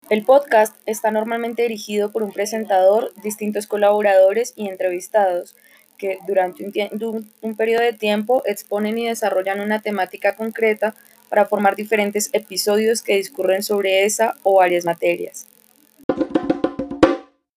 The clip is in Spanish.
El podcast está normalmente dirigido por un presentador, distintos colaboradores y entrevistados que durante un periodo de tiempo exponen y desarrollan una temática concreta para formar diferentes episodios que discurren sobre esa o varias materias.